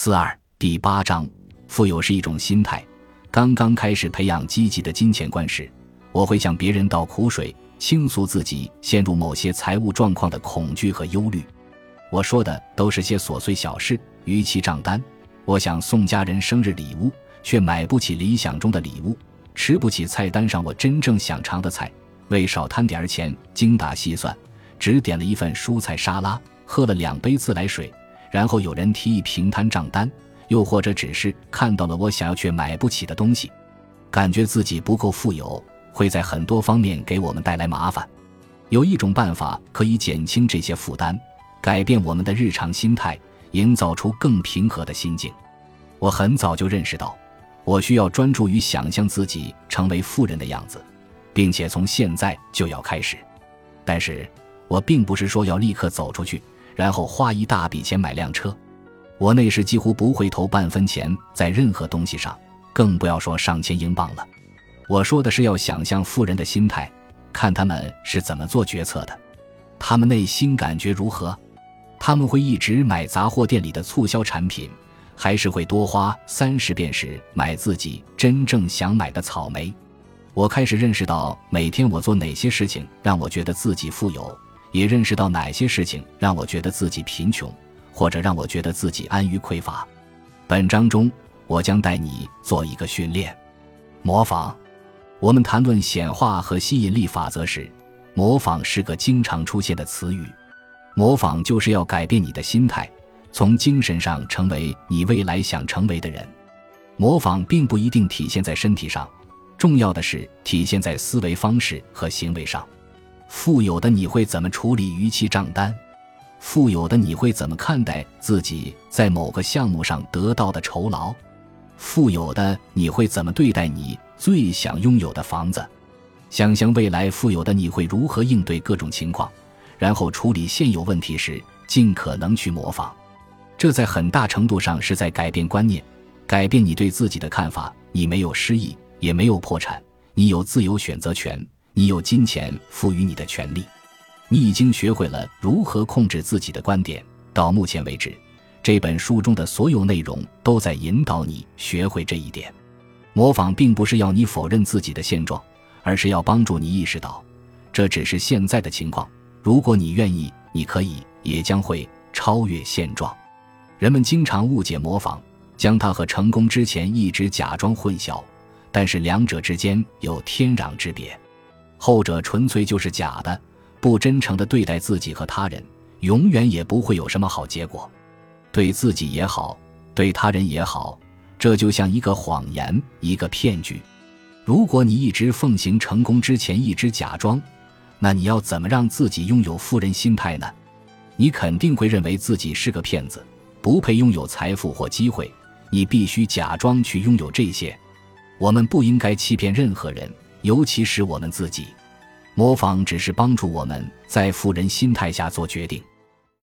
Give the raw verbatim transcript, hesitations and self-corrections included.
四二第八章，富有是一种心态。刚刚开始培养积极的金钱观时，我会向别人倒苦水，倾诉自己陷入某些财务状况的恐惧和忧虑。我说的都是些琐碎小事，逾期账单，我想送家人生日礼物，却买不起理想中的礼物，吃不起菜单上我真正想尝的菜，为少贪点钱精打细算，只点了一份蔬菜沙拉，喝了两杯自来水，然后有人提议平摊账单，又或者只是看到了我想要却买不起的东西，感觉自己不够富有，会在很多方面给我们带来麻烦。有一种办法可以减轻这些负担，改变我们的日常心态，营造出更平和的心境。我很早就认识到，我需要专注于想象自己成为富人的样子，并且从现在就要开始。但是我并不是说要立刻走出去，然后花一大笔钱买辆车。我那时几乎不会投半分钱在任何东西上，更不要说上千英镑了。我说的是要想象富人的心态，看他们是怎么做决策的，他们内心感觉如何，他们会一直买杂货店里的促销产品，还是会多花三十便士买自己真正想买的草莓。我开始认识到每天我做哪些事情让我觉得自己富有，也认识到哪些事情让我觉得自己贫穷，或者让我觉得自己安于匮乏。本章中我将带你做一个训练，模仿。我们谈论显化和吸引力法则时，模仿是个经常出现的词语。模仿就是要改变你的心态，从精神上成为你未来想成为的人。模仿并不一定体现在身体上，重要的是体现在思维方式和行为上。富有的你会怎么处理逾期账单？富有的你会怎么看待自己在某个项目上得到的酬劳？富有的你会怎么对待你最想拥有的房子？想象未来富有的你会如何应对各种情况，然后处理现有问题时尽可能去模仿。这在很大程度上是在改变观念，改变你对自己的看法。你没有失忆，也没有破产，你有自由选择权，你有金钱赋予你的权利。你已经学会了如何控制自己的观点。到目前为止，这本书中的所有内容都在引导你学会这一点。模仿并不是要你否认自己的现状，而是要帮助你意识到，这只是现在的情况。如果你愿意，你可以，也将会超越现状。人们经常误解模仿，将它和成功之前一直假装混淆，但是两者之间有天壤之别。后者纯粹就是假的，不真诚地对待自己和他人，永远也不会有什么好结果。对自己也好，对他人也好，这就像一个谎言，一个骗局。如果你一直奉行成功之前一直假装，那你要怎么让自己拥有富人心态呢？你肯定会认为自己是个骗子，不配拥有财富或机会，你必须假装去拥有这些。我们不应该欺骗任何人，尤其是我们自己。模仿只是帮助我们在富人心态下做决定。